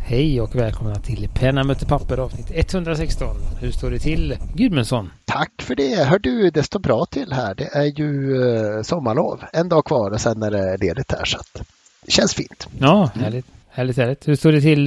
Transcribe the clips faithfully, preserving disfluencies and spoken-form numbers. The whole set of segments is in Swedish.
Hej och välkomna till Penna möter papper avsnitt etthundrasexton. Hur står det till, Gudmundsson? Tack för det. Hör du, det står bra till här. Det är ju eh, sommarlov. En dag kvar och sen är det ledigt här. Så att det känns fint. Ja, härligt. Härligt, härligt. Hur står det till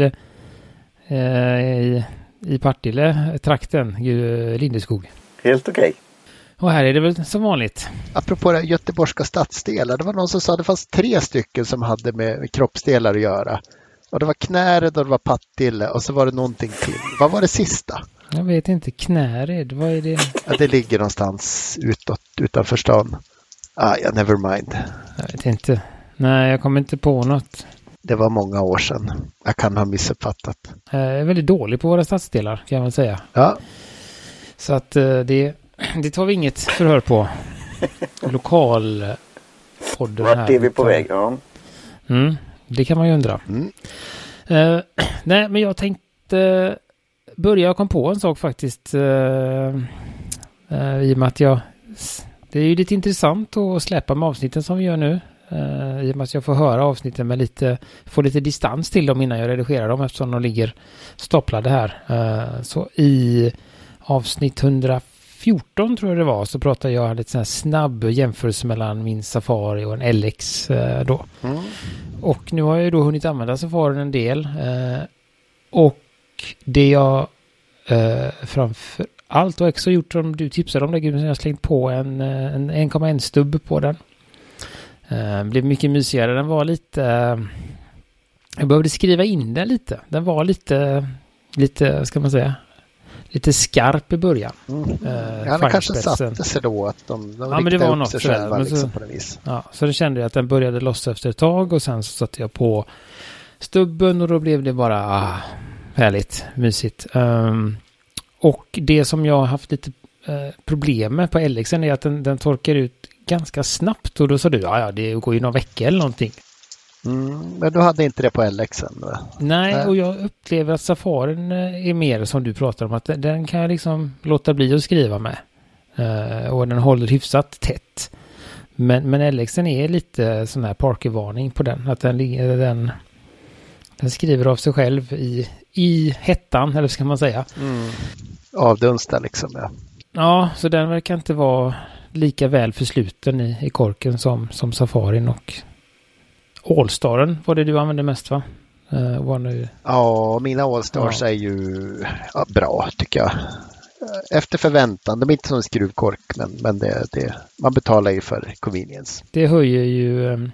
eh, i, i Partille, trakten, Lindeskog? Helt okej. Okay. Och här är det väl som vanligt. Apropå det göteborgska stadsdelar. Det var någon som sa att det fanns tre stycken som hade med kroppsdelar att göra. Och det var Knäred och det var Partille och så var det någonting till. Vad var det sista? Jag vet inte. Knäred, vad är det? Ja, det ligger någonstans utåt, utanför stan. Ah, ja, never mind. Jag vet inte. Nej, jag kommer inte på något. Det var många år sedan. Jag kan ha missuppfattat. Jag är väldigt dålig på våra stadsdelar, kan man säga. Ja. Så att det, det tar vi inget förhör på. Lokalpodden här. Vart är vi på väg? Ja. Mm, det kan man ju undra. Mm. Uh, nej, men jag tänkte börja. Jag kom på en sak faktiskt. Uh, uh, I och med att jag... Det är ju lite intressant att släppa med avsnitten som vi gör nu. Uh, I och med att jag får höra avsnitten med lite... Få lite distans till dem innan jag redigerar dem eftersom de ligger staplade här. Uh, så i avsnitt hundrafjorton tror jag det var så pratade jag lite sån här snabb jämförelse mellan min Safari och en L X uh, då. Mm. Och nu har jag ju då hunnit använda Safari en del. Uh, och det jag uh, framför allt och också gjort som du tipsade om det, Gud, jag har slängt på en, en en komma ett stubb på den. Uh, blev mycket mysigare. Den var lite... Uh, jag behövde skriva in den lite. Den var lite, lite, ska man säga, lite skarp i början. Mm. Uh, ja, det kanske satte sig då att de, de ja, men det var upp något sig sådär, själva men liksom så, på det vis. Ja, så det kände jag att den började lossa efter ett tag och sen så satte jag på stubben och då blev det bara ah, härligt, mysigt. Um, och det som jag har haft lite uh, problem med på L Xen är att den, den torkar ut ganska snabbt och då sa du, ja, ja det går ju några veckor eller någonting. Mm, men du hade inte det på L Xen? Va? Nej, Nej, och jag upplever att Safarin är mer som du pratar om, att den, den kan jag liksom låta bli att skriva med. Uh, och den håller hyfsat tätt. Men, men L Xen är lite sån här parkervarning på den. Att den, den, den skriver av sig själv i, i hettan, eller ska man säga. Mm. Avdunsta liksom, ja. Ja, så den verkar inte vara lika väl försluten i, i korken som, som Safarin och Allstaren var det du använde mest, va? Uh, var nu... Ja, mina Allstars ja. är ju ja, bra tycker jag. Efter förväntan. De är inte som en skruvkork, men, men det, det, man betalar ju för convenience. Det höjer ju... Uh,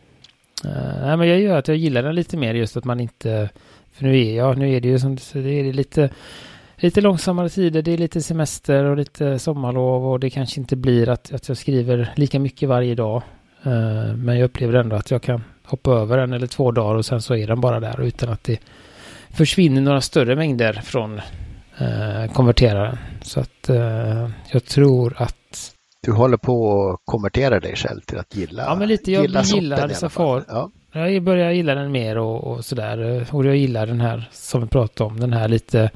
nej, men jag gör att jag gillar den lite mer, just att man inte... För nu är, ja, nu är det ju som det är lite, lite långsammare tider. Det är lite semester och lite sommarlov och det kanske inte blir att, att jag skriver lika mycket varje dag. Uh, men jag upplever ändå att jag kan hoppa över en eller två dagar och sen så är den bara där utan att det försvinner några större mängder från uh, konverteraren. Så att uh, jag tror att... Du håller på att konvertera dig själv till att gilla Ja, men lite. Jag gilla gillar Safari. Ja. Jag börjar gilla den mer och, och sådär. Och jag gillar den här, som vi pratade om, den här lite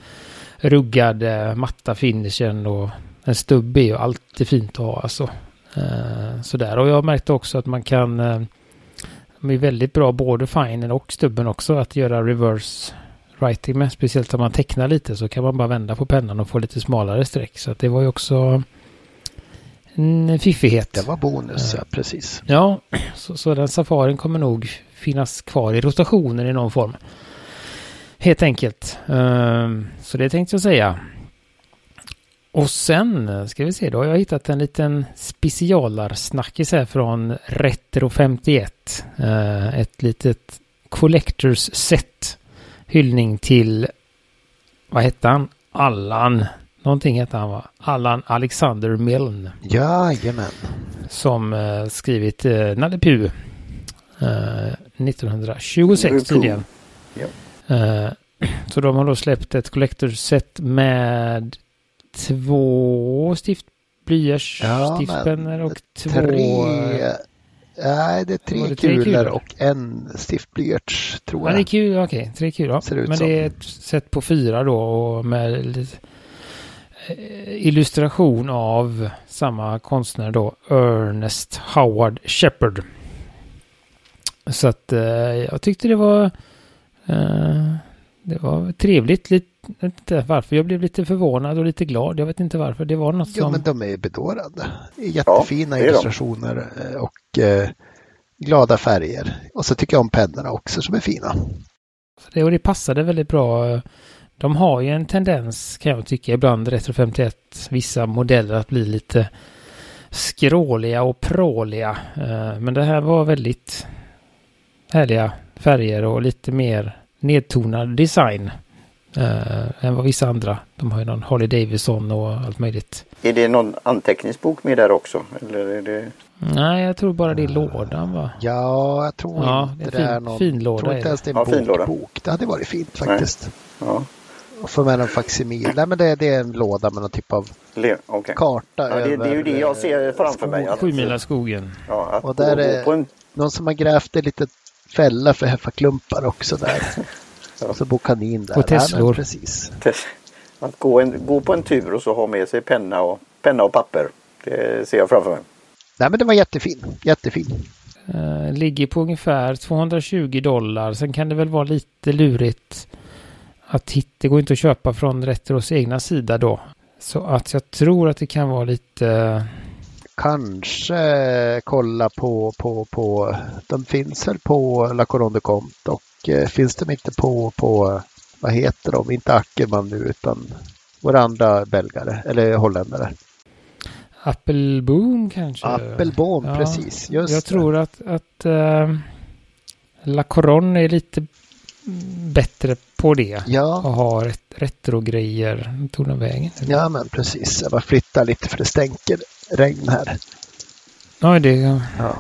ruggade matta finishen och en stubb är ju alltid fint att ha alltså. Uh, sådär. Och jag märkte också att man kan uh, de är väldigt bra både finen och stubben också att göra reverse writing med. Speciellt om man tecknar lite så kan man bara vända på pennan och få lite smalare streck. Så att det var ju också en fiffighet. Det var bonus, uh, ja precis. Ja, så, så den Safarin kommer nog finnas kvar i rotationen i någon form. Helt enkelt. Uh, så det tänkte jag säga. Och sen ska vi se, då har jag hittat en liten specialarsnackis här från Retro femtioett. Uh, ett litet collectors set. Hyllning till, vad heter han? Allan. Någonting heter han, va? Allan Alexander Milne. Jajamän. Som uh, skrivit uh, Nalle Puh. Uh, nittonhundratjugosex tydligen. Ja. Uh, så de har då släppt ett collectors set med två stift, blyerts ja, stiftpennor och två... Tre, nej, det är tre, det kulor, tre kulor och en stiftblyerts, tror jag. Ja, det är kul, okej. Okay, tre kulor. Men som. det är ett set på fyra då och med lite illustration av samma konstnär då, Ernest Howard Shepard. Så att eh, jag tyckte det var... Eh, det var trevligt. Lite, inte varför. Jag blev lite förvånad och lite glad. Jag vet inte varför. Det var något ja, som... men de är bedårande. Jättefina ja, illustrationer och eh, glada färger. Och så tycker jag om pennorna också som är fina. Det, och det passade väldigt bra. De har ju en tendens, kan jag tycka, ibland Retro femtioett, vissa modeller att bli lite skråliga och pråliga. Men det här var väldigt härliga färger och lite mer nedtonad design äh, än vad vissa andra. De har ju någon Harley Davidson och allt möjligt. Är det någon anteckningsbok med där också? Eller är det... Nej, jag tror bara det är lådan, va? Ja, jag tror ja, inte det är, är fin, någon... fin låda. Jag tror inte ens det är en ja, bokbok. Det hade varit fint faktiskt. Ja. Och få med en facsimil. Nej, men det, det är en låda med någon typ av Le- okay. karta. Ja, det, över, det är ju det jag ser framför mig. Sju mila skogen. Ja, att och där gå, är gå på en... någon som har grävt en liten fälla för häffarklumpar också där. ja. Så bor kanin där. Och Teslor. Nej, precis. Att gå, en, gå på en tur och så ha med sig penna och, penna och papper. Det ser jag framför mig. Nej, men det var jättefin. Jättefin. Uh, ligger på ungefär tvåhundratjugo dollar. Sen kan det väl vara lite lurigt att hitta. Det går inte att köpa från Retros egna sida då. Så att jag tror att det kan vara lite... Kanske kolla på, på, på de finns väl på La Coronde Compte och eh, finns de inte på, på vad heter de? Inte Ackerman nu utan våra andra belgare eller holländare. Appelboom kanske? Appelboom, ja, precis. Just jag det. tror att, att uh, La Coronde är lite bättre på det. Ja. Och ha ret- retrogrejer. Tog de vägen? Ja, men precis. Jag bara flyttar lite för det stänker regn här. Ja, det... Ja.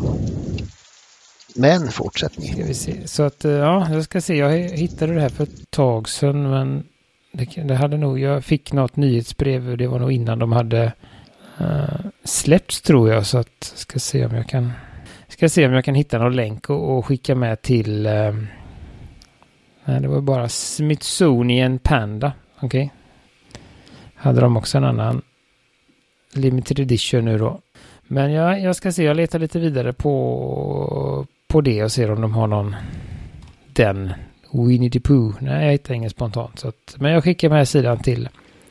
Men fortsättning. Ska vi se. Så att, ja, jag ska se. Jag hittade det här för ett tag sedan, men det, det hade nog... Jag fick något nyhetsbrev och det var nog innan de hade uh, släppts, tror jag. Så att, ska se om jag kan... Ska se om jag kan hitta någon länk och, och skicka med till... Uh, nej, det var bara Smithsonian Panda. Okej. Okay. Hade de också en annan limited edition nu då. Men jag, jag ska se, jag letar lite vidare på, på det och ser om de har någon den Winnie the Pooh. Nej, jag hittar ingen spontant. Så att, men jag skickar med sidan till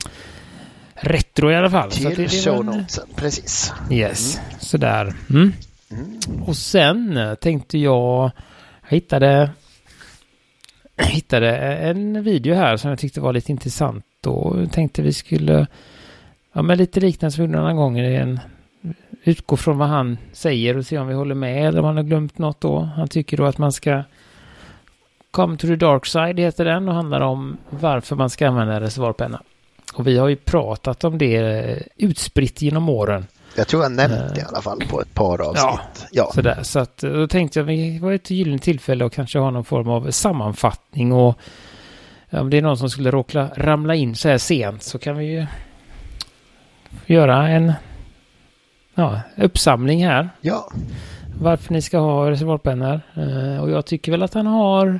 Retro i alla fall. Till så det, det show notesen, precis. Yes, mm. Sådär. Mm. Mm. Och sen tänkte jag, jag hittade, hittade en video här som jag tyckte var lite intressant och tänkte vi skulle, ja men lite liknande som vi gjorde några gånger, en utgå från vad han säger och se om vi håller med eller om han har glömt något då. Han tycker då att man ska Come to the Dark Side heter den och handlar om varför man ska använda reservoarpenna. Och vi har ju pratat om det utspritt genom åren. Jag tror jag nämnt det uh, i alla fall på ett par avsnitt. Ja, ja. Sådär. Så att, då tänkte jag att det var ett gyllene tillfälle att kanske ha någon form av sammanfattning och om det är någon som skulle råka ramla in så här sent så kan vi ju göra en ja, uppsamling här. Ja. Varför ni ska ha reservoarpennor. Uh, och jag tycker väl att han har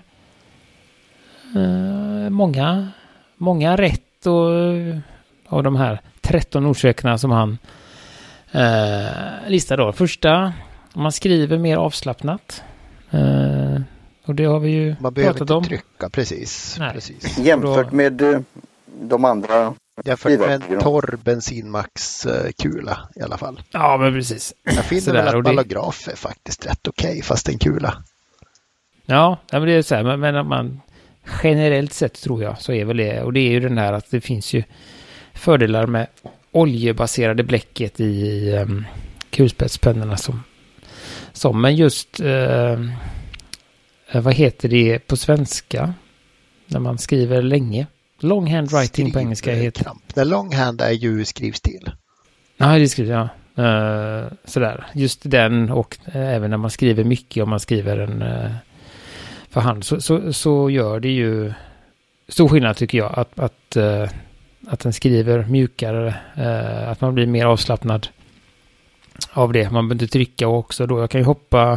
uh, många, många rätt och, av de här tretton orsakerna som han uh, listar då. Första, om man skriver mer avslappnat. Uh, och det har vi ju man behöver pratat inte om. Trycka, precis. precis. Jämfört då, med uh, de andra. Jämfört med en torr bensinmax-kula i alla fall. Ja, men precis. Jag finner Sådär, väl att det... ballograf är faktiskt rätt okej, okay, fast en kula. Ja, men det är så här, men, men man generellt sett tror jag så är väl det, och det är ju den här att det finns ju fördelar med oljebaserade bläcket i um, kulspetspennorna som, som men just uh, vad heter det på svenska när man skriver länge? Long handwriting på engelska heter. När longhand är ju skrivstil. Ja, det skriver jag. Uh, sådär. Just den och uh, även när man skriver mycket om man skriver en uh, för hand så, så, så gör det ju stor skillnad tycker jag att, att, uh, att den skriver mjukare, uh, att man blir mer avslappnad av det. Man behöver inte trycka också då. Jag kan ju hoppa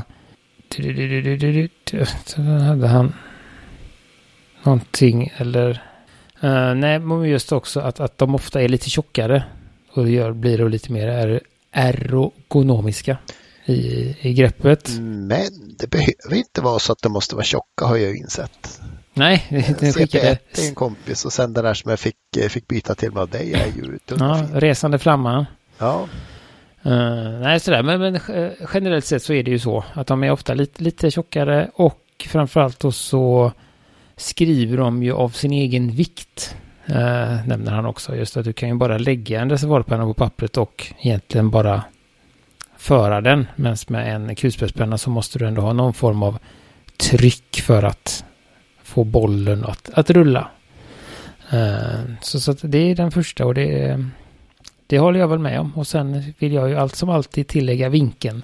så hade han någonting eller Uh, nej, men just också att, att de ofta är lite tjockare och det gör, blir då lite mer er, ergonomiska i, i greppet. Men det behöver inte vara så att de måste vara tjocka har jag ju insett. Nej, den skickade... Det är en kompis och sen den där som jag fick, fick byta till med dig är ju ja, resande flamman. Ja. Uh, nej, sådär. Men, men generellt sett så är det ju så att de är ofta lite, lite tjockare och framförallt då så skriver de ju av sin egen vikt. Uh, nämner han också. Just att du kan ju bara lägga en reservoarpenna på pappret och egentligen bara föra den. Men med en kulspetspenna så måste du ändå ha någon form av tryck för att få bollen att, att rulla. Uh, så, så att det är den första och det är Det håller jag väl med om. Och sen vill jag ju allt som alltid tillägga vinkeln.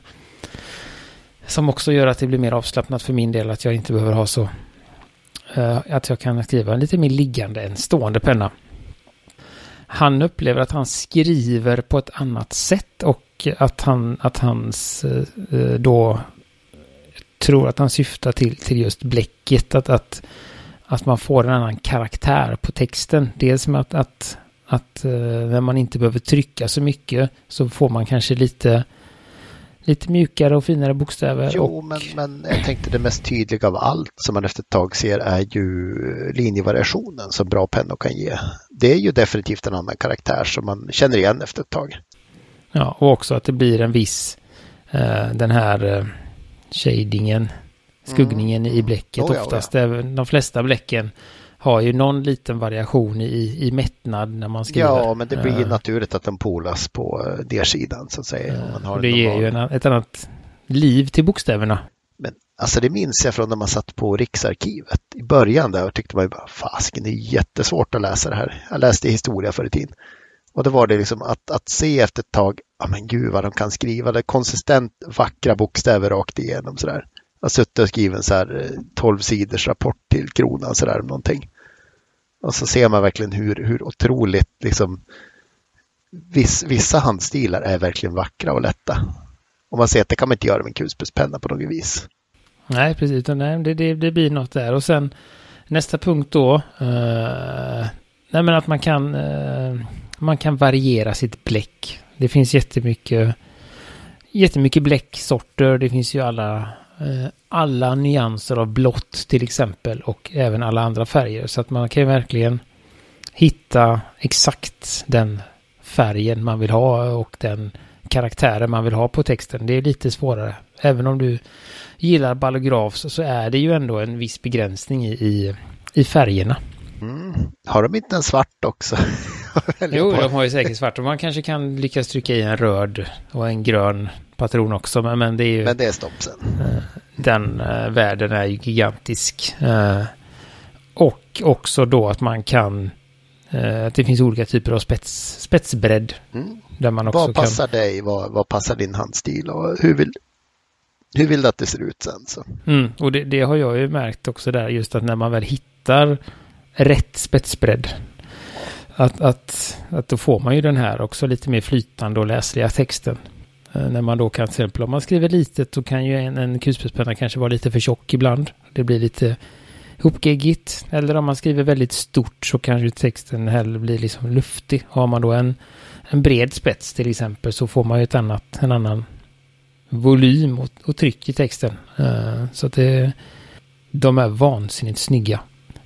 Som också gör att det blir mer avslappnat för min del. Att jag inte behöver ha så... Uh, att jag kan skriva lite mer liggande än stående penna. Han upplever att han skriver på ett annat sätt. Och att han att hans uh, då tror att han syftar till, till just bläcket. Att, att, att man får en annan karaktär på texten. Dels med att... att Att eh, när man inte behöver trycka så mycket så får man kanske lite lite mjukare och finare bokstäver. Jo, och... men, men jag tänkte det mest tydliga av allt som man efter ett tag ser är ju linjevariationen som bra pennor kan ge. Det är ju definitivt en annan karaktär som man känner igen efter ett tag. Ja, och också att det blir en viss eh, den här eh, shadingen, skuggningen mm. i bläcket. Oh, ja, oftast. Oh, ja. Även de flesta bläcken har ju någon liten variation i, i mättnad när man skriver. Ja, men det blir ju uh, naturligt att de polas på D-sidan så att säga. Uh, man har det ger ju en, ett annat liv till bokstäverna. Men alltså det minns jag från när man satt på Riksarkivet. I början där tyckte man ju bara, fasken, det är jättesvårt att läsa det här. Jag läste historia förr i tiden. Och då var det liksom att, att se efter ett tag, ja men gud vad de kan skriva. Det är konsistent vackra bokstäver rakt igenom sådär. Jag har suttit och skrivit en så här tolv sidors rapport till kronan sådär om någonting. Och så ser man verkligen hur, hur otroligt liksom viss, vissa handstilar är verkligen vackra och lätta. Och man ser att det kan man inte göra med en kulspetspenna på något vis. Nej, precis. Nej, det, det, det blir något där. Och sen nästa punkt då. Uh, nej, men att man kan, uh, man kan variera sitt bläck. Det finns jättemycket, jättemycket bläcksorter. Det finns ju alla... alla nyanser av blått till exempel och även alla andra färger så att man kan verkligen hitta exakt den färgen man vill ha och den karaktären man vill ha på texten. Det är lite svårare. Även om du gillar ballograf så, så är det ju ändå en viss begränsning i, i, i färgerna. Mm. Har de inte en svart också? Jo, de har ju säkert svart och man kanske kan lyckas trycka i en röd och en grön patron också, men, men det är ju... Men det är stoppsen. Den uh, världen är ju gigantisk. Uh, och också då att man kan... Uh, att det finns olika typer av spets, spetsbredd. Mm. Där man också vad passar kan... dig? Vad, vad passar din handstil? Och hur vill, hur vill du att det ser ut sen? Så? Mm, och det, det har jag ju märkt också där, just att när man väl hittar rätt spetsbredd att, att, att då får man ju den här också lite mer flytande och läsliga texten. När man då kan, till exempel om man skriver litet så kan ju en, en kulspetspenna kanske vara lite för tjock ibland. Det blir lite hopgeggigt. Eller om man skriver väldigt stort så kanske texten hellre blir liksom luftig. Har man då en, en bred spets till exempel så får man ju ett annat, en annan volym och, och tryck i texten. Uh, så att det, de är vansinnigt snygga.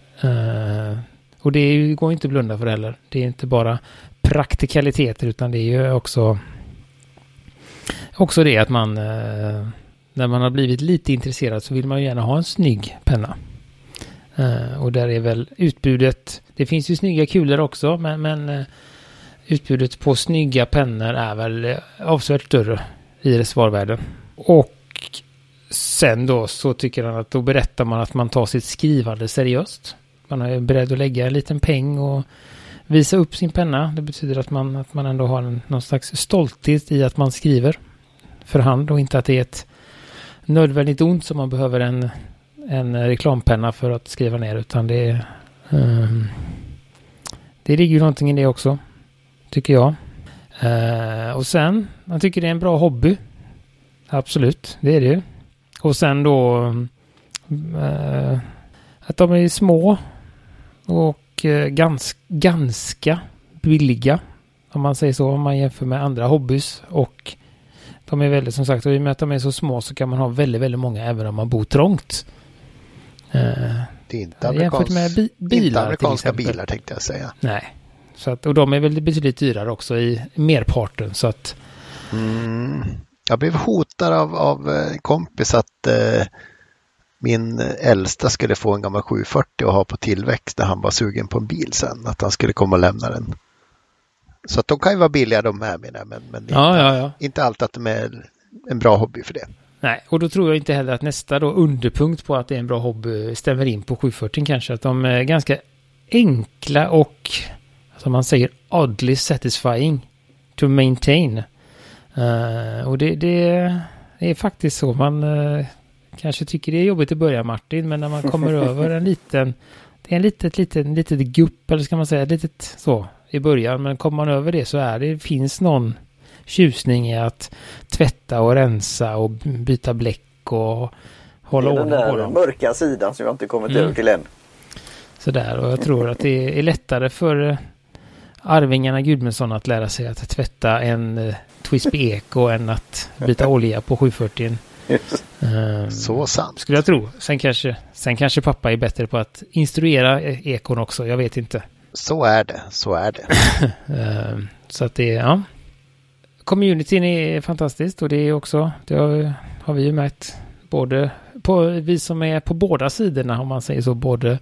Uh, och det är ju, går inte att blunda för det heller. Det är inte bara praktikaliteter utan det är ju också... Också det att man, eh, när man har blivit lite intresserad så vill man ju gärna ha en snygg penna. Eh, och där är väl utbudet, det finns ju snygga kulor också, men, men eh, utbudet på snygga pennor är väl eh, avsevärt större i reservoarvärlden. Och sen då så tycker han att då berättar man att man tar sitt skrivande seriöst. Man är beredd att lägga en liten peng och visa upp sin penna. Det betyder att man, att man ändå har en, någon slags stolthet i att man skriver för hand och inte att det är ett nödvändigt ont som man behöver en, en reklampenna för att skriva ner, utan det är um, det ligger ju någonting i det också, tycker jag. Uh, och sen, jag tycker det är en bra hobby. Absolut, det är det ju. Och sen då uh, att de är små och Gans, ganska billiga om man säger så, om man jämför med andra hobbys, och de är väldigt, som sagt, och i och med att de är så små så kan man ha väldigt, väldigt många även om man bor trångt. Eh, Det är inte, jämfört med bi- bilar, inte amerikanska till bilar tänkte jag säga. Nej, så att, och de är väl betydligt dyrare också i merparten. Så att... Mm. Jag blev hotad av, av en kompis att eh, min äldsta skulle få en gammal sju fyrtio och ha på tillväxt när han var sugen på en bil sen. Att han skulle komma och lämna den. Så att de kan ju vara billiga de här menar men, men ja, inte, ja, ja. inte alltid att de är en bra hobby för det. Nej, och då tror jag inte heller att nästa då underpunkt på att det är en bra hobby stämmer in på sju fyrtio kanske. Att de är ganska enkla och som man säger oddly satisfying to maintain. Uh, och det, det är faktiskt så. Man uh, kanske tycker det är jobbigt att börja Martin, men när man kommer över en liten, det är en litet, litet, litet gupp eller ska man säga, ett litet så i början, men kommer man över det så är det, finns någon tjusning i att tvätta och rensa och byta bläck och hålla ordning på dem. Den där mörka sidan som jag inte kommit mm. över till än. Sådär, och jag tror att det är lättare för arvingarna Gudmundsson att lära sig att tvätta en uh, Twisby Eco än att byta olja på sju fyrtio. Um, så sant. Skulle jag tro. Sen kanske, sen kanske pappa är bättre på att instruera Ekon också. Jag vet inte. Så är det. Så är det. um, så att det, ja. Communityn är fantastiskt och det är också, det har, har vi ju märkt både på, vi som är på båda sidorna om man säger så, både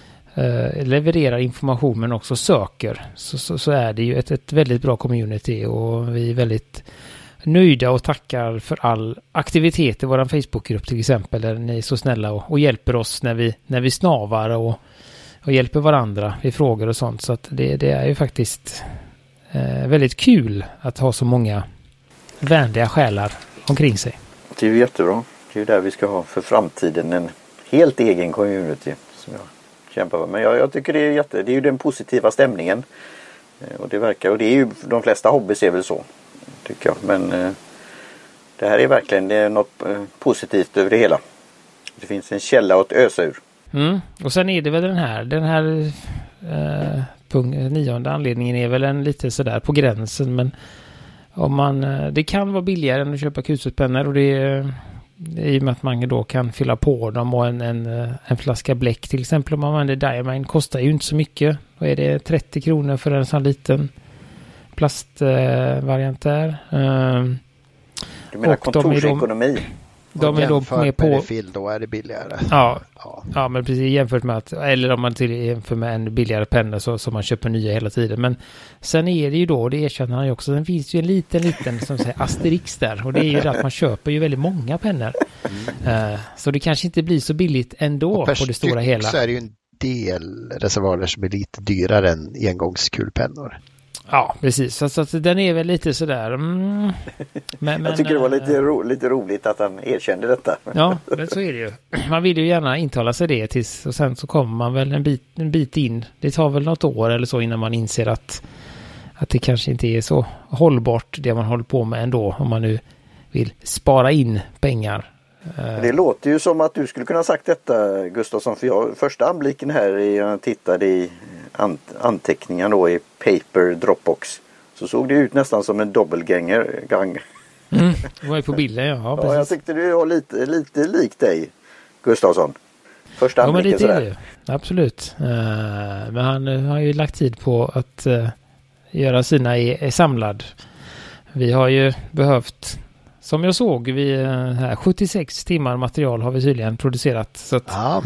Uh, levererar information men också söker så, så, så är det ju ett, ett väldigt bra community och vi är väldigt nöjda och tackar för all aktivitet i vår Facebookgrupp till exempel där ni är så snälla och, och hjälper oss när vi, när vi snavar och, och hjälper varandra i frågor och sånt, så att det, det är ju faktiskt uh, väldigt kul att ha så många vänliga själar omkring sig. Det är ju jättebra. Det är ju där vi ska ha för framtiden en helt egen community som jag kämpa. Men jag, jag tycker det är jätte, det är ju den positiva stämningen. Och det verkar, och det är ju de flesta hobbys är väl så, tycker jag. Men eh, det här är verkligen det är något eh, positivt över det hela. Det finns en källa att ösa ur. Mm. Och sen är det väl den här, den här eh, punkt, nionde anledningen är väl en lite sådär på gränsen, men om man, det kan vara billigare än att köpa kusutpennor och det är i och med att man då kan fylla på dem och en, en, en flaska bläck till exempel om man använder Diamine kostar ju inte så mycket. Då är det trettio kronor för en sån liten plastvariant där. Um, du menar kontorsekonomi? De är då med på refill, då är det billigare. Ja, ja. ja, men precis jämfört med att, eller om man till jämför med en billigare penna så, så man köper nya hela tiden. Men sen är det ju då, det erkänner han ju också, sen finns det ju en liten, liten som säger Asterix där. Och det är ju det att man köper ju väldigt många pennor. Mm. Uh, så det kanske inte blir så billigt ändå på det stora hela. Så är det ju en del reservoarer som är lite dyrare än engångskulpennor. Ja, precis. Så, så att den är väl lite sådär... Mm. Men, jag tycker det var lite, ro, lite roligt att han erkände detta. Ja, men så är det ju. Man vill ju gärna intala sig det tills, och sen så kommer man väl en bit, en bit in. Det tar väl något år eller så innan man inser att, att det kanske inte är så hållbart det man håller på med ändå, om man nu vill spara in pengar. Det låter ju som att du skulle kunna ha sagt detta, Gustafsson, för jag, första anblicken här är jag tittade i anteckningar då i paper Dropbox, så såg det ut nästan som en doppelgänger gang. Mm, det var ju på bilden, ja. Ja, ja, jag tyckte det var lite, lite lik dig, Gustafsson. Första ja, men lite är det. Absolut. Uh, men han uh, har ju lagt tid på att uh, göra sina i, i samlad. Vi har ju behövt, som jag såg, vi uh, här sjuttiosex timmar material har vi tydligen producerat. Så att, ja.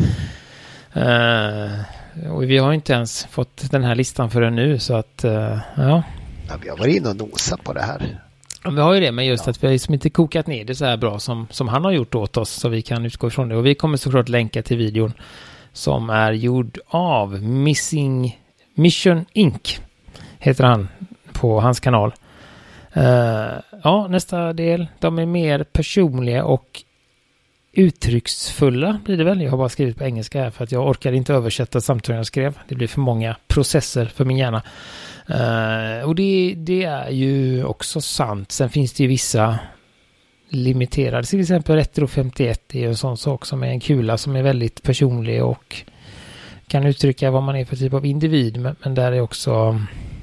Uh, och vi har inte ens fått den här listan förrän nu, så att uh, ja. ja. Vi har varit in och nosat på det här. Ja, vi har ju det, men just ja. att vi har liksom inte kokat ner det så här bra som, som han har gjort åt oss, så vi kan utgå ifrån det. Och vi kommer såklart länka till videon som är gjord av Missing Mission Incorporated heter han på hans kanal. Uh, ja, nästa del, de är mer personliga och uttrycksfulla blir det väl. Jag har bara skrivit på engelska här för att jag orkar inte översätta samtidigt jag skrev. Det blir för många processer för min hjärna. Uh, och det, det är ju också sant. Sen finns det ju vissa limiterade. Till exempel Retro femtioett är ju en sån sak som är en kula som är väldigt personlig och kan uttrycka vad man är för typ av individ. Men, men där är också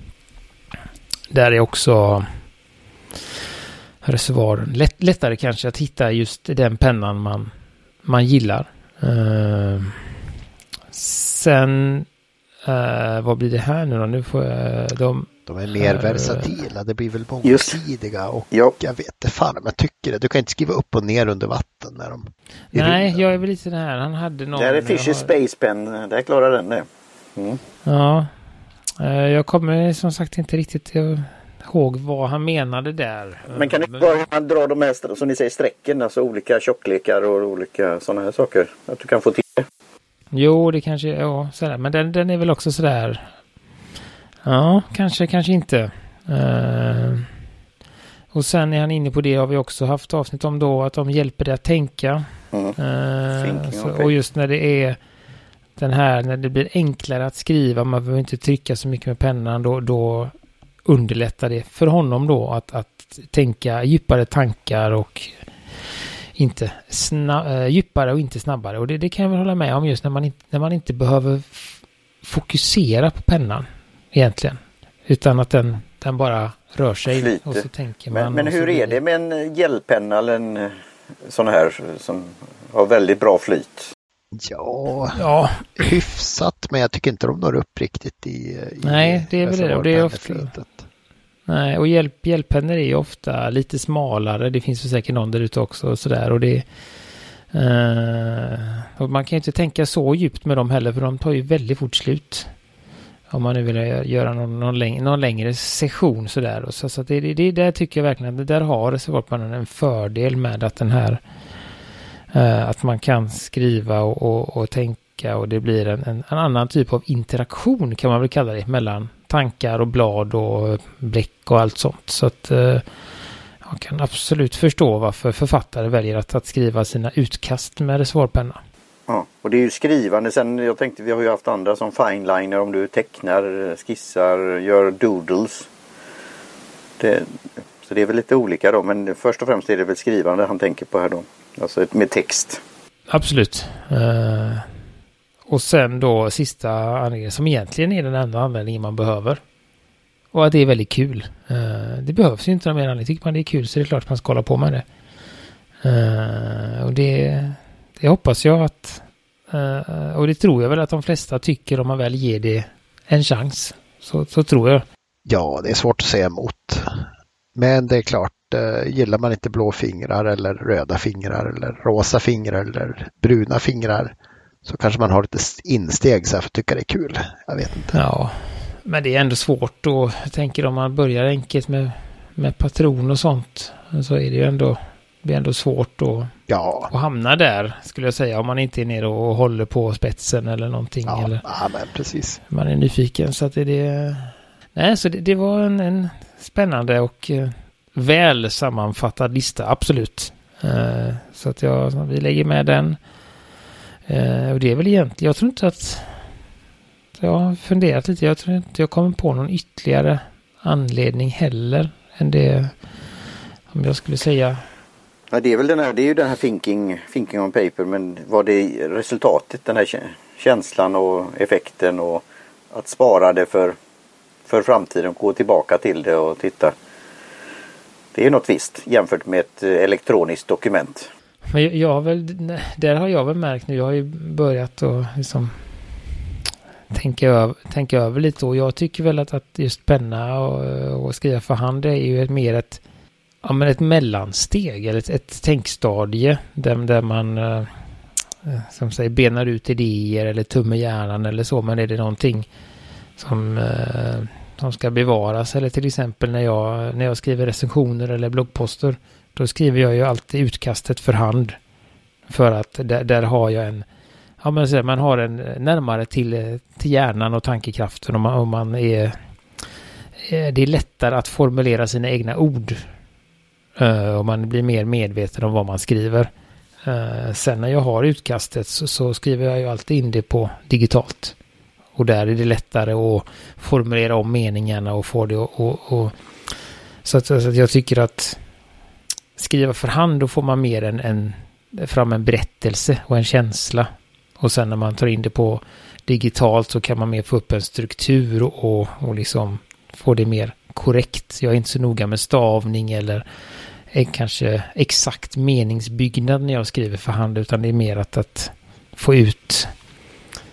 där är också reservoaren lätt, lättare kanske att hitta just den pennan man, man gillar. Uh, sen, uh, vad blir det här nu då? Nu får jag, de... De är mer uh, versatila, det blir väl mångsidiga och jo. Jag vet inte fan om jag tycker det. Du kan inte skriva upp och ner under vatten när de... Nej, rymden. Jag är väl lite den här, han hade någon... Det här är Fisher Space Pen, där klarar den det. Mm. Ja, uh, jag kommer som sagt inte riktigt ihåg vad han menade där. Men kan ni bara dra de här, som ni säger, strecken, alltså olika tjocklekar och olika sådana här saker? Att du kan få till det. Jo, det kanske, ja, sådär. Men den, den är väl också sådär, ja, kanske, kanske inte. Uh, och sen är han inne på det, har vi också haft avsnitt om då, att de hjälper dig att tänka. Mm. Uh, så, okay. Och just när det är den här, när det blir enklare att skriva, man behöver inte trycka så mycket med pennan, då, då underlättar det för honom då att, att tänka djupare tankar och inte sna- äh, djupare och inte snabbare. Och det, det kan jag väl hålla med om, just när man, inte, när man inte behöver f- fokusera på pennan egentligen. Utan att den, den bara rör sig. Flyter. Och så tänker man. Men, men hur är det med en gelpenna eller en sån här som har väldigt bra flyt? Ja, ja, hyfsat, men jag tycker inte de når upp riktigt i... i Nej, det är väl det. Och det är ofta... Nej, och hjälp, hjälppennor är ju ofta lite smalare. Det finns väl säkert någon där ute också och sådär. Och det, uh, och man kan ju inte tänka så djupt med dem heller, för de tar ju väldigt fort slut. Om man nu vill göra någon, någon, läng- någon längre session sådär. Och så, så det, det, det där tycker jag verkligen, det där har reservatpennan en fördel med att den här, uh, att man kan skriva och, och, och tänka, och det blir en, en, en annan typ av interaktion, kan man väl kalla det, mellan tankar och blad och bläck och allt sånt. Så att eh, jag kan absolut förstå varför författare väljer att, att skriva sina utkast med reservoarpenna. Ja, och det är ju skrivande. Sen, jag tänkte, vi har ju haft andra som fineliner, om du tecknar, skissar, gör doodles. Det, så det är väl lite olika då, men först och främst är det väl skrivande han tänker på här då. Alltså med text. Absolut. Uh... Och sen då sista anledningen, som egentligen är den enda användningen man behöver. Och att det är väldigt kul. Uh, det behövs ju inte någon mer anledning. Tycker man det är kul så är det klart man ska hålla på med det. Uh, och det, det hoppas jag att... Uh, och det tror jag väl att de flesta tycker, om man väl ger det en chans. Så, så tror jag. Ja, det är svårt att säga emot. Men det är klart, uh, gillar man inte blå fingrar eller röda fingrar eller rosa fingrar eller bruna fingrar, så kanske man har lite insteg så här för att tycka det är kul. Jag vet inte. Ja, men det är ändå svårt då. Jag tänker om man börjar enkelt med, med patron och sånt, så är det ju ändå, det är ändå svårt då ja. att hamna där, skulle jag säga, om man inte är nere och håller på spetsen eller någonting. Ja, eller ja men precis. Man är nyfiken, så att det är det. Nej, så det, det var en, en spännande och eh, väl sammanfattad lista, absolut. Eh, så att jag, vi lägger med den. Uh, och det är väl egentligen, jag tror inte att, jag har funderat lite, jag tror inte jag kommer på någon ytterligare anledning heller än det, om jag skulle säga. Ja, det är väl den här, det är ju den här thinking, thinking on paper, men vad det är resultatet, den här känslan och effekten, och att spara det för, för framtiden, gå tillbaka till det och titta. Det är något visst jämfört med ett elektroniskt dokument. Men jag, jag har väl, där har jag väl märkt nu, jag har ju börjat att liksom tänka över, tänka över lite, och jag tycker väl att, att just penna och, och skriva för hand är ju ett, mer ett, ja, men ett mellansteg eller ett, ett tänkstadie där, där man eh, som säger benar ut idéer eller tummar hjärnan eller så, men är det någonting som, eh, som ska bevaras, eller till exempel när jag, när jag skriver recensioner eller bloggposter, då skriver jag ju alltid utkastet för hand. För att där, där har jag en... Ja, men så man har en närmare till, till hjärnan och tankekraften. Och man, och man är... Det är lättare att formulera sina egna ord. Uh, och man blir mer medveten om vad man skriver. Uh, sen när jag har utkastet så, så skriver jag ju alltid in det på digitalt. Och där är det lättare att formulera om meningarna och få det och... och, och så, att, så att jag tycker att skriva för hand, då får man mer en, en, fram en berättelse och en känsla. Och sen när man tar in det på digitalt så kan man mer få upp en struktur och, och, och liksom få det mer korrekt. Jag är inte så noga med stavning eller kanske exakt meningsbyggnad när jag skriver för hand, utan det är mer att, att få ut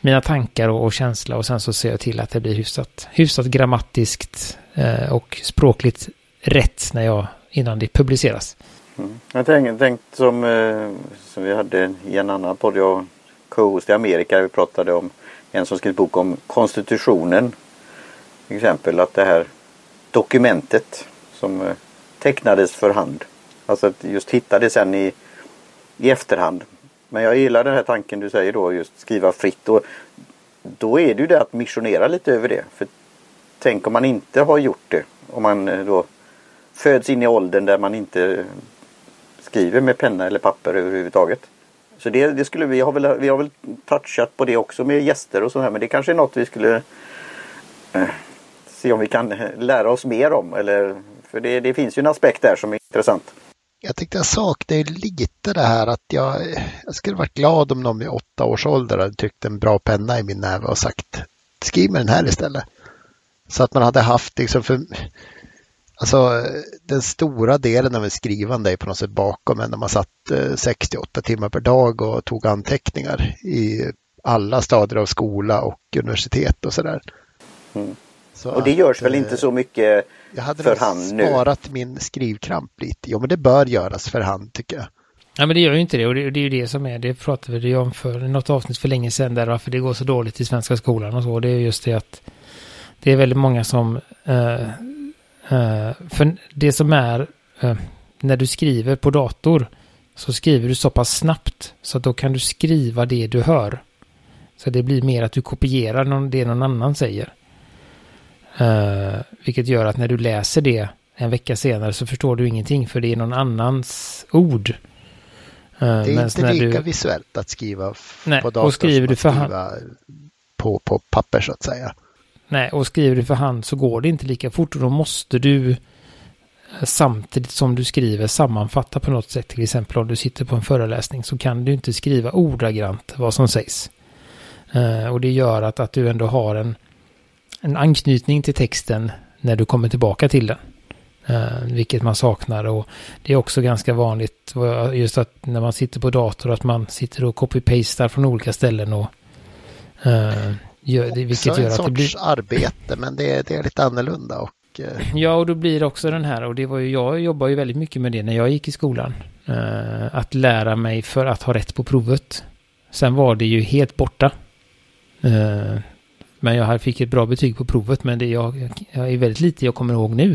mina tankar och, och känsla, och sen så ser jag till att det blir hyfsat, hyfsat grammatiskt eh, och språkligt rätt när jag, innan det publiceras. Mm. Jag tänkte tänkt som, eh, som vi hade i en annan podd, jag co-host i Amerika, vi pratade om en som skrev bok om konstitutionen, till exempel, att det här dokumentet som eh, tecknades för hand, alltså att just hittade sen i, i efterhand. Men jag gillar den här tanken du säger då, just skriva fritt, och då är det ju det att missionera lite över det. För tänk om man inte har gjort det, om man då föds in i åldern där man inte skriver med penna eller papper överhuvudtaget. Så det, det skulle vi har väl, vi har väl touchat på det också med gäster och så här, men det kanske är något vi skulle eh, se om vi kan lära oss mer om, eller, för det, det finns ju en aspekt där som är intressant. Jag tyckte jag saknade lite det här att jag, jag skulle varit glad om någon i åtta års ålder hade tryckt en bra penna i min näve och sagt skriv med den här istället. Så att man hade haft liksom, för alltså den stora delen av en skrivande är på något sätt bakom en när man satt sextioåtta timmar per dag och tog anteckningar i alla stadier av skola och universitet och sådär. Mm. Så och det att, görs väl inte så mycket jag hade för hand nu? Jag hade sparat min skrivkramp lite. Jo, men det bör göras för hand tycker jag. Ja, men det gör ju inte det, och det, det är ju det som är, det pratade vi om för något avsnitt för länge sedan där, varför det går så dåligt i svenska skolan och så. Det är just det att det är väldigt många som uh, uh, för det som är uh, när du skriver på dator så skriver du så pass snabbt så att då kan du skriva det du hör. Så det blir mer att du kopierar någon, det någon annan säger. Uh, vilket gör att när du läser det en vecka senare så förstår du ingenting, för det är någon annans ord. Uh, det är inte lika du... visuellt att skriva f- Nej, på dator och skriver som du att för skriva hand... på, på papper så att säga. Nej, och skriver du för hand så går det inte lika fort, och då måste du samtidigt som du skriver sammanfatta på något sätt. Till exempel om du sitter på en föreläsning så kan du inte skriva ordagrant vad som sägs. Uh, och det gör att, att du ändå har en en anknytning till texten när du kommer tillbaka till den. Uh, vilket man saknar, och det är också ganska vanligt just att när man sitter på dator att man sitter och copy-pastar från olika ställen och uh, gör, det, vilket gör att det blir arbete, men det är, det är lite annorlunda. Och, uh... Ja, och då blir det också den här, och det var ju, jag jobbar ju väldigt mycket med det när jag gick i skolan. Uh, att lära mig för att ha rätt på provet. Sen var det ju helt borta. Uh, Men jag fick ett bra betyg på provet, men det jag, jag är väldigt lite jag kommer ihåg nu.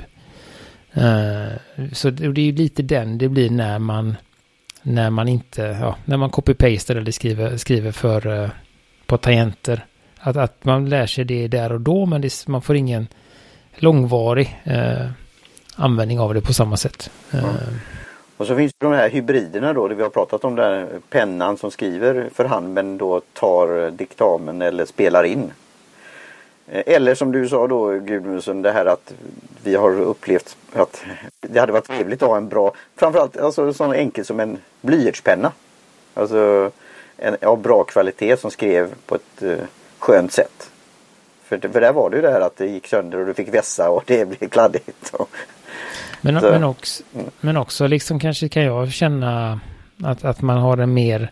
Uh, så det, det är ju lite den det blir när man när man inte, ja, när man copy-pastar eller skriver, skriver för uh, på tangenter. Att, att man lär sig det där och då, men det, man får ingen långvarig uh, användning av det på samma sätt. Uh, mm. Och så finns det de här hybriderna då, det vi har pratat om där, pennan som skriver för hand men då tar diktamen eller spelar in. Eller som du sa då, Gudmundsson, det här att vi har upplevt att det hade varit trevligt att ha en bra, framförallt alltså sån enkel som en blyertspenna. Alltså en av bra kvalitet som skrev på ett uh, skönt sätt. För, för där var det ju det här att det gick sönder och du fick vässa och det blev kladdigt. Och, men, men, också, men också liksom kanske kan jag känna att, att man har en mer,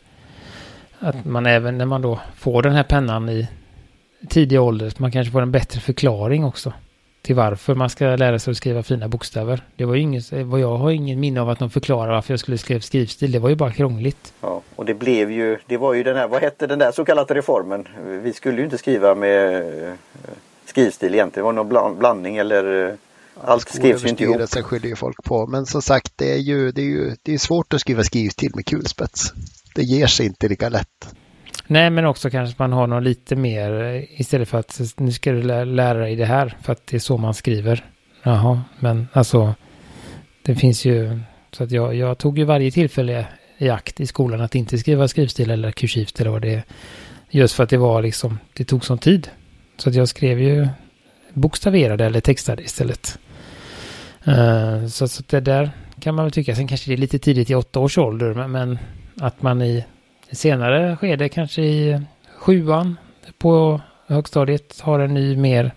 att man även när man då får den här pennan i tidiga ålder, man kanske får en bättre förklaring också till varför man ska lära sig att skriva fina bokstäver. Det var ju inget, vad jag har ingen minne av att de förklarar varför jag skulle skriva skrivstil. Det var ju bara krångligt. Ja, och det blev ju, det var ju den här, vad hette den där så kallade reformen? Vi skulle ju inte skriva med skrivstil egentligen. Det var någon blandning eller allt skrevs ju inte ihop. Sen skyller ju folk på. Men som sagt, det är ju, det är ju det är svårt att skriva skrivstil med kulspets. Det ger sig inte lika lätt. Nej, men också kanske man har något lite mer istället för att nu ska du lä- lära dig det här för att det är så man skriver. Jaha, men alltså det finns ju så att jag, jag tog ju varje tillfälle i akt i skolan att inte skriva skrivstil eller kursivt eller vad det är. Just för att det var liksom, det tog sån tid. Så att jag skrev ju bokstaverade eller textade istället. Uh, så, så det där kan man väl tycka. Sen kanske det är lite tidigt i åtta års ålder, men, men att man i senare skede, kanske i sjuan på högstadiet, har en ny mer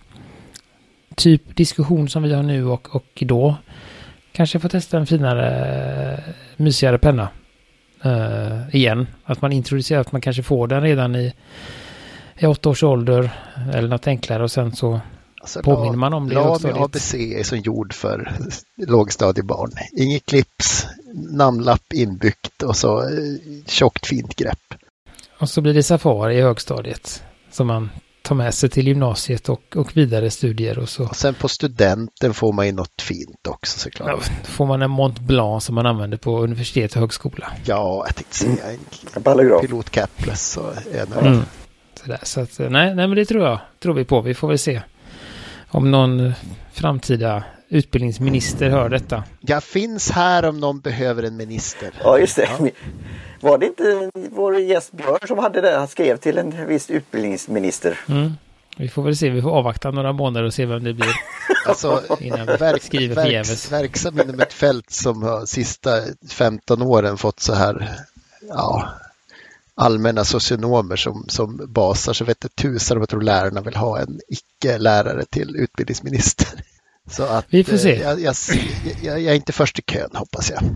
typ diskussion som vi har nu och, och då kanske får testa en finare, mysigare penna uh, igen. Att man introducerar, att man kanske får den redan i i åtta års ålder eller något enklare och sen så alltså, påminner man om det. L A M A B C är som gjord för lågstadiebarn. Inget clips, namnlapp inbyggt och så tjockt fint grepp. Och så blir det Safari i högstadiet som man tar med sig till gymnasiet och, och vidare studier. Och, så. Och sen på studenten får man ju något fint också såklart. Ja, får man en Mont Blanc som man använder på universitet och högskola. Ja, jag tänkte säga en mm. pilot capless. Så, mm. Sådär, så att, nej, nej, men det tror jag tror vi på. Vi får väl se om någon framtida utbildningsminister hör detta. Jag finns här om någon behöver en minister. Ja, just det. Ja. Var det inte vår gäst Björn som hade det? Han skrev till en viss utbildningsminister. Mm. Vi får väl se. Vi får avvakta några månader och se vem det blir. Alltså, verk, skriver verks, verksam inom ett fält som har sista femton åren fått så här ja, allmänna socionomer som, som basar, så vet det tusan om jag tror lärarna vill ha en icke-lärare till utbildningsminister. Så att, vi får se. Jag, jag, jag, jag är inte först i kön, hoppas jag.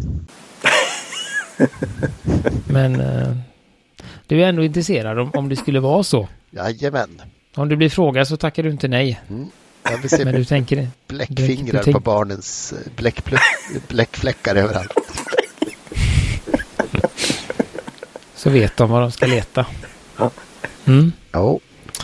Men eh, du är ändå intresserad om, om det skulle vara så. Jajamän. Om du blir frågad så tackar du inte nej. Mm. Jag vill se men du tänker bläckfingrar du tänk... på barnens bläck, bläckfläckar överallt. Så vet de vad de ska leta. Mm. Ja.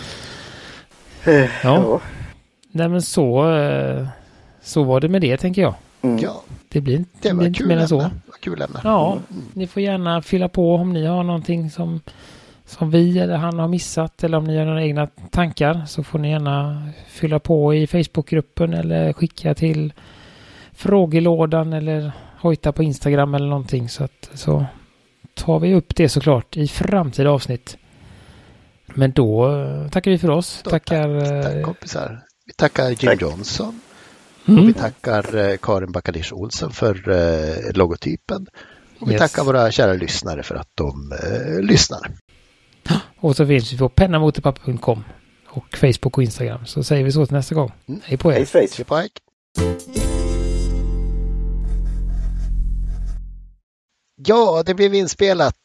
Ja. Nej men så så var det med det tänker jag. Mm. Ja. Det blir, det det blir inte mer än så. Kul ämne. Ja, mm. Ni får gärna fylla på om ni har någonting som som vi eller han har missat eller om ni har några egna tankar så får ni gärna fylla på i Facebookgruppen eller skicka till frågelådan eller hojta på Instagram eller någonting så att så tar vi upp det såklart i framtida avsnitt. Men då tackar vi för oss. Då, tackar tack, tack kompisar. Vi tackar Jim tack. Johnson. Mm. Och vi tackar eh, Karin Bakalish Olsen för eh, logotypen. Och vi yes. tackar våra kära lyssnare för att de eh, lyssnar. Och så finns vi på pennamotorpapper punkt com och Facebook och Instagram. Så säger vi så till nästa gång. Mm. Hej på er. Hej, hej på er. Ja, det blev inspelat.